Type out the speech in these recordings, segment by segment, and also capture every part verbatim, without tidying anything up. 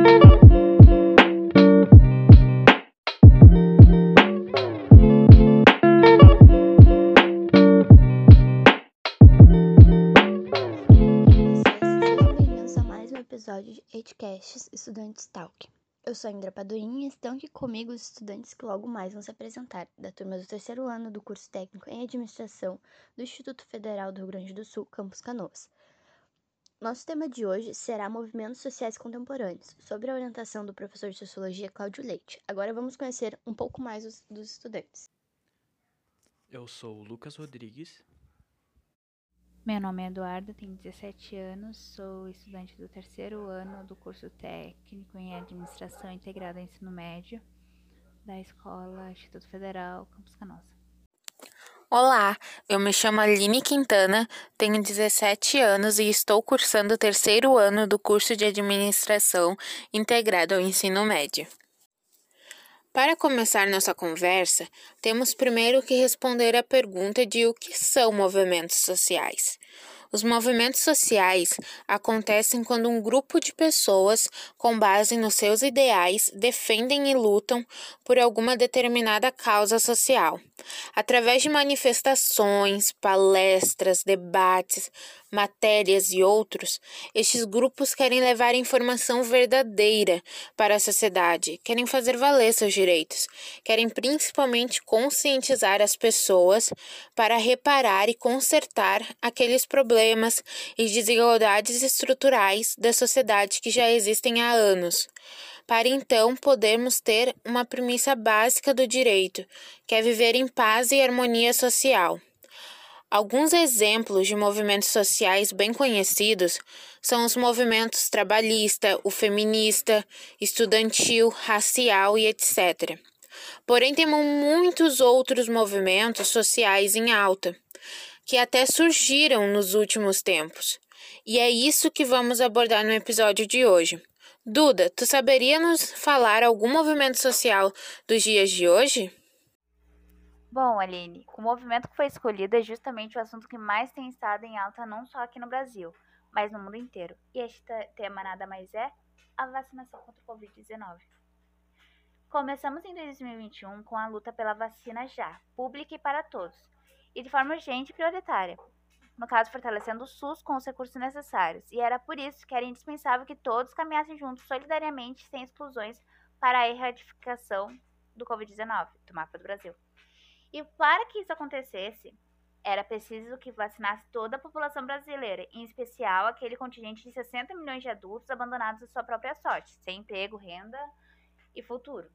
Bem-vindos a mais um episódio de Edcasts Estudantes Talk. Eu sou a Indra Padoim e estão aqui comigo os estudantes que logo mais vão se apresentar, da turma do terceiro ano do curso técnico em administração do Instituto Federal do Rio Grande do Sul, Campus Canoas. Nosso tema de hoje será Movimentos Sociais Contemporâneos, sob a orientação do professor de Sociologia Cláudio Leite. Agora vamos conhecer um pouco mais os, dos estudantes. Eu sou o Lucas Rodrigues. Meu nome é Eduardo, tenho dezessete anos, sou estudante do terceiro ano do curso técnico em administração integrada ao ensino médio da Escola Instituto Federal Campus Canoas. Olá, eu me chamo Aline Quintana, tenho dezessete anos e estou cursando o terceiro ano do curso de administração integrado ao ensino médio. Para começar nossa conversa, temos primeiro que responder à pergunta de o que são movimentos sociais. Os movimentos sociais acontecem quando um grupo de pessoas, com base nos seus ideais, defendem e lutam por alguma determinada causa social. Através de manifestações, palestras, debates, matérias e outros, estes grupos querem levar informação verdadeira para a sociedade, querem fazer valer seus direitos, querem principalmente conscientizar as pessoas para reparar e consertar aqueles problemas e desigualdades estruturais da sociedade que já existem há anos, para então podermos ter uma premissa básica do direito, que é viver em paz e harmonia social. Alguns exemplos de movimentos sociais bem conhecidos são os movimentos trabalhista, o feminista, estudantil, racial e etcétera. Porém, temos muitos outros movimentos sociais em alta, que até surgiram nos últimos tempos. E é isso que vamos abordar no episódio de hoje. Duda, tu saberia nos falar algum movimento social dos dias de hoje? Bom, Aline, o movimento que foi escolhido é justamente o assunto que mais tem estado em alta não só aqui no Brasil, mas no mundo inteiro. E este tema nada mais é a vacinação contra o covid dezenove. Começamos em dois mil e vinte e um com a luta pela vacina já, pública e para todos, e de forma urgente e prioritária. No caso, fortalecendo o SUS com os recursos necessários. E era por isso que era indispensável que todos caminhassem juntos solidariamente, sem exclusões, para a erradicação do covid dezenove, do mapa do Brasil. E para que isso acontecesse, era preciso que vacinasse toda a população brasileira, em especial aquele contingente de sessenta milhões de adultos abandonados à sua própria sorte, sem emprego, renda e futuro.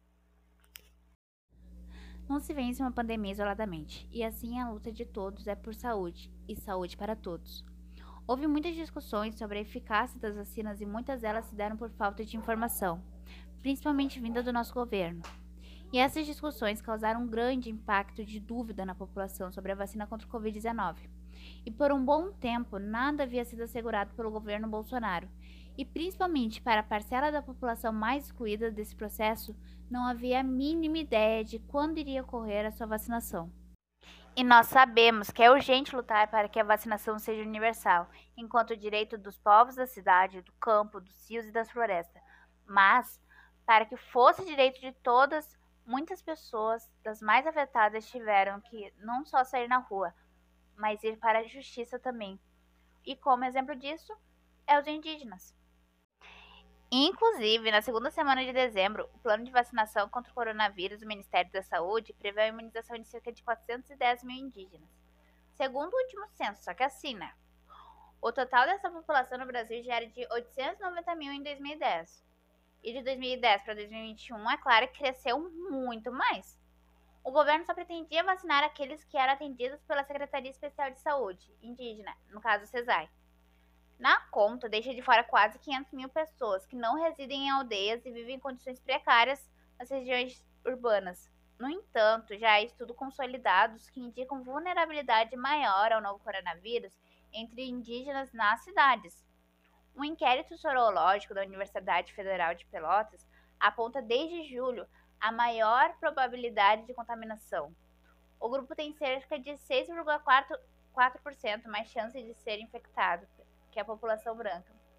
Não se vence uma pandemia isoladamente, e assim a luta de todos é por saúde, e saúde para todos. Houve muitas discussões sobre a eficácia das vacinas e muitas delas se deram por falta de informação, principalmente vinda do nosso governo. E essas discussões causaram um grande impacto de dúvida na população sobre a vacina contra o covid dezenove. E por um bom tempo, nada havia sido assegurado pelo governo Bolsonaro. E principalmente para a parcela da população mais excluída desse processo, não havia a mínima ideia de quando iria ocorrer a sua vacinação. E nós sabemos que é urgente lutar para que a vacinação seja universal, enquanto o direito dos povos da cidade, do campo, dos rios e das florestas. Mas, para que fosse direito de todas, muitas pessoas das mais afetadas tiveram que não só sair na rua, mas ir para a justiça também. E como exemplo disso, é os indígenas. Inclusive, na segunda semana de dezembro, o plano de vacinação contra o coronavírus do Ministério da Saúde prevê a imunização de cerca de quatrocentos e dez mil indígenas. Segundo o último censo, só que assim, né? O total dessa população no Brasil já era de oitocentos e noventa mil em dois mil e dez. E de dois mil e dez para dois mil e vinte e um, é claro que cresceu muito mais. O governo só pretendia vacinar aqueles que eram atendidos pela Secretaria Especial de Saúde Indígena, no caso CESAI. Na conta, deixa de fora quase quinhentas mil pessoas que não residem em aldeias e vivem em condições precárias nas regiões urbanas. No entanto, já há estudos consolidados que indicam vulnerabilidade maior ao novo coronavírus entre indígenas nas cidades. Um inquérito sorológico da Universidade Federal de Pelotas aponta desde julho a maior probabilidade de contaminação. O grupo tem cerca de seis vírgula quatro por cento mais chance de ser infectado que a população branca.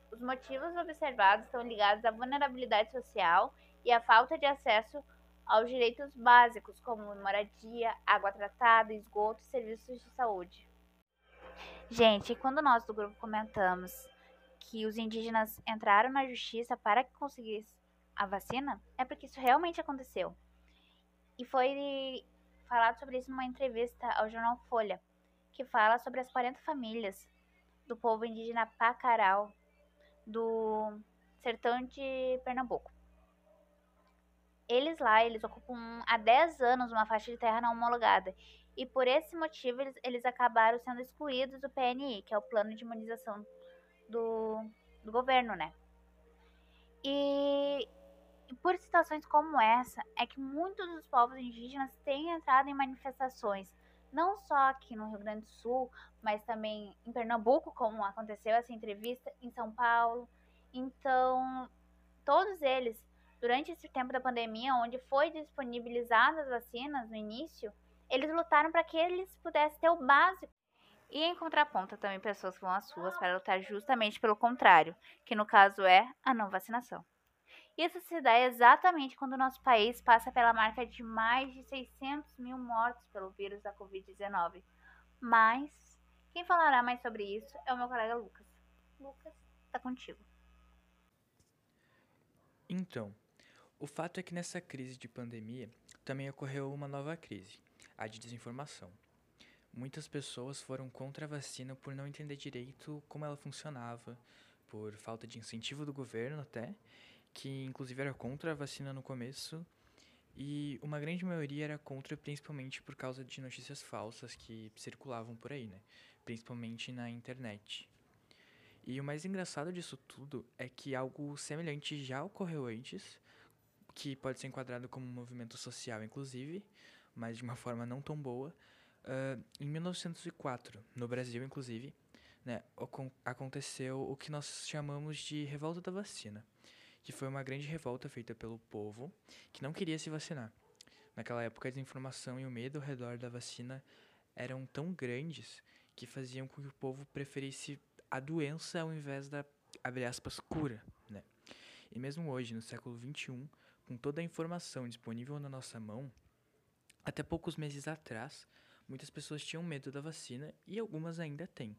Os motivos observados estão ligados à vulnerabilidade social e à falta de acesso aos direitos básicos, como moradia, água tratada, esgoto e serviços de saúde. Gente, quando nós do grupo comentamos que os indígenas entraram na justiça para que conseguissem a vacina, é porque isso realmente aconteceu. E foi falado sobre isso numa entrevista ao jornal Folha, que fala sobre as quarenta famílias do povo indígena Pacarau, do sertão de Pernambuco. Eles lá, eles ocupam há dez anos uma faixa de terra não homologada, e por esse motivo eles, eles acabaram sendo excluídos do P N I, que é o Plano de Imunização do, do governo, né? E, e por situações como essa, é que muitos dos povos indígenas têm entrado em manifestações, não só aqui no Rio Grande do Sul, mas também em Pernambuco, como aconteceu essa entrevista, em São Paulo. Então, todos eles, durante esse tempo da pandemia, onde foi disponibilizadas as vacinas no início, eles lutaram para que eles pudessem ter o básico. E em contraponto, também pessoas que vão às ruas para lutar justamente pelo contrário, que no caso é a não vacinação. Isso se dá exatamente quando o nosso país passa pela marca de mais de seiscentos mil mortos pelo vírus da covid dezenove. Mas quem falará mais sobre isso é o meu colega Lucas. Lucas, tá contigo. Então, o fato é que nessa crise de pandemia também ocorreu uma nova crise, a de desinformação. Muitas pessoas foram contra a vacina por não entender direito como ela funcionava, por falta de incentivo do governo até, que inclusive era contra a vacina no começo, e uma grande maioria era contra principalmente por causa de notícias falsas que circulavam por aí, né? Principalmente na internet. E o mais engraçado disso tudo é que algo semelhante já ocorreu antes, que pode ser enquadrado como um movimento social, inclusive, mas de uma forma não tão boa. Uh, em mil novecentos e quatro, no Brasil, inclusive, né, aconteceu o que nós chamamos de Revolta da Vacina, que foi uma grande revolta feita pelo povo que não queria se vacinar. Naquela época, a desinformação e o medo ao redor da vacina eram tão grandes que faziam com que o povo preferisse a doença ao invés da, abre aspas, cura, né? E mesmo hoje, no século vinte e um, com toda a informação disponível na nossa mão, até poucos meses atrás, muitas pessoas tinham medo da vacina e algumas ainda têm.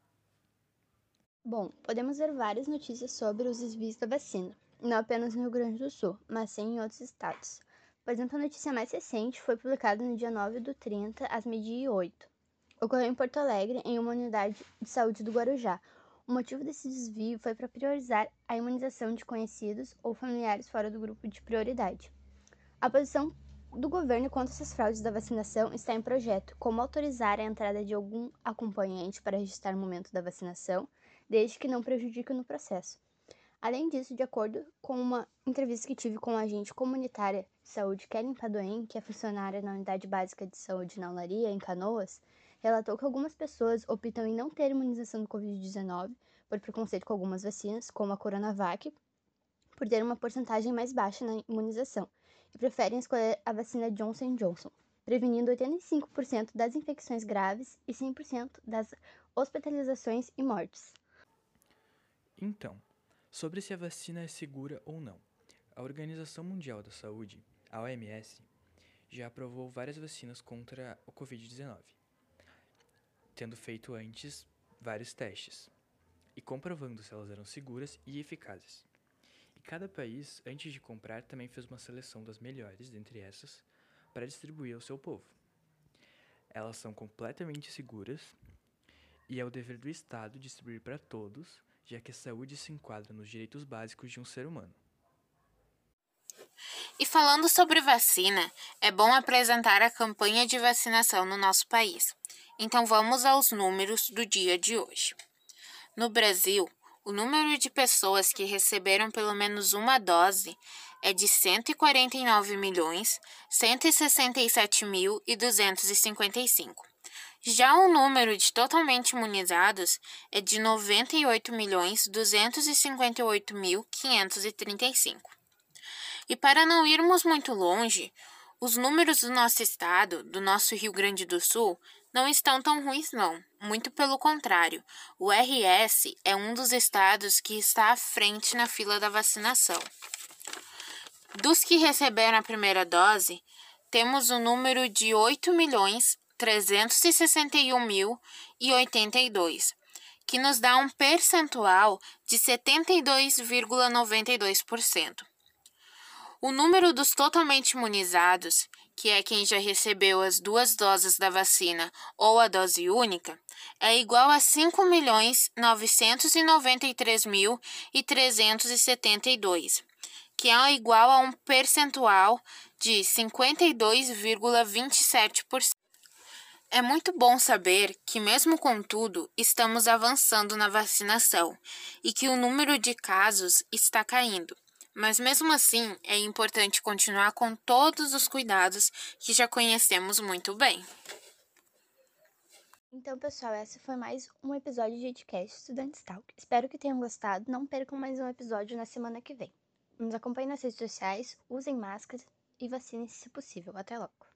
Bom, podemos ver várias notícias sobre os desvios da vacina, não apenas no Rio Grande do Sul, mas sim em outros estados. Por exemplo, a notícia mais recente foi publicada no dia nove do trinta, às meio-dia e oito. Ocorreu em Porto Alegre, em uma unidade de saúde do Guarujá. O motivo desse desvio foi para priorizar a imunização de conhecidos ou familiares fora do grupo de prioridade. A posição do governo contra essas fraudes da vacinação está em projeto, como autorizar a entrada de algum acompanhante para registrar o momento da vacinação, desde que não prejudique no processo. Além disso, de acordo com uma entrevista que tive com a agente comunitária de saúde Kellen Padoen, que é funcionária na Unidade Básica de Saúde na Olaria, em Canoas, relatou que algumas pessoas optam em não ter imunização do covid dezenove por preconceito com algumas vacinas, como a Coronavac, por ter uma porcentagem mais baixa na imunização, e preferem escolher a vacina Johnson and Johnson, prevenindo oitenta e cinco por cento das infecções graves e cem por cento das hospitalizações e mortes. Então, sobre se a vacina é segura ou não, a Organização Mundial da Saúde, a O M S, já aprovou várias vacinas contra o covid dezenove, tendo feito antes vários testes e comprovando se elas eram seguras e eficazes. E cada país, antes de comprar, também fez uma seleção das melhores dentre essas para distribuir ao seu povo. Elas são completamente seguras e é o dever do Estado distribuir para todos, já que a saúde se enquadra nos direitos básicos de um ser humano. E falando sobre vacina, é bom apresentar a campanha de vacinação no nosso país. Então vamos aos números do dia de hoje. No Brasil, o número de pessoas que receberam pelo menos uma dose é de cento e quarenta e nove milhões, cento e sessenta e sete mil e duzentos e cinquenta e cinco. Já o número de totalmente imunizados é de noventa e oito milhões, duzentos e cinquenta e oito mil, quinhentos e trinta e cinco. E para não irmos muito longe, os números do nosso estado, do nosso Rio Grande do Sul, não estão tão ruins não, muito pelo contrário. O R S é um dos estados que está à frente na fila da vacinação. Dos que receberam a primeira dose, temos o número de oito milhões trezentos e sessenta e um mil e oitenta e dois, que nos dá um percentual de setenta e dois vírgula noventa e dois por cento. O número dos totalmente imunizados, que é quem já recebeu as duas doses da vacina ou a dose única, é igual a cinco milhões novecentos e noventa e três mil e trezentos e setenta e dois, que é igual a um percentual de cinquenta e dois vírgula vinte e sete por cento. É muito bom saber que, mesmo com tudo, estamos avançando na vacinação e que o número de casos está caindo. Mas mesmo assim, é importante continuar com todos os cuidados que já conhecemos muito bem. Então, pessoal, esse foi mais um episódio de Edcast Students Talk. Espero que tenham gostado. Não percam mais um episódio na semana que vem. Nos acompanhem nas redes sociais, usem máscara e vacinem-se se possível. Até logo!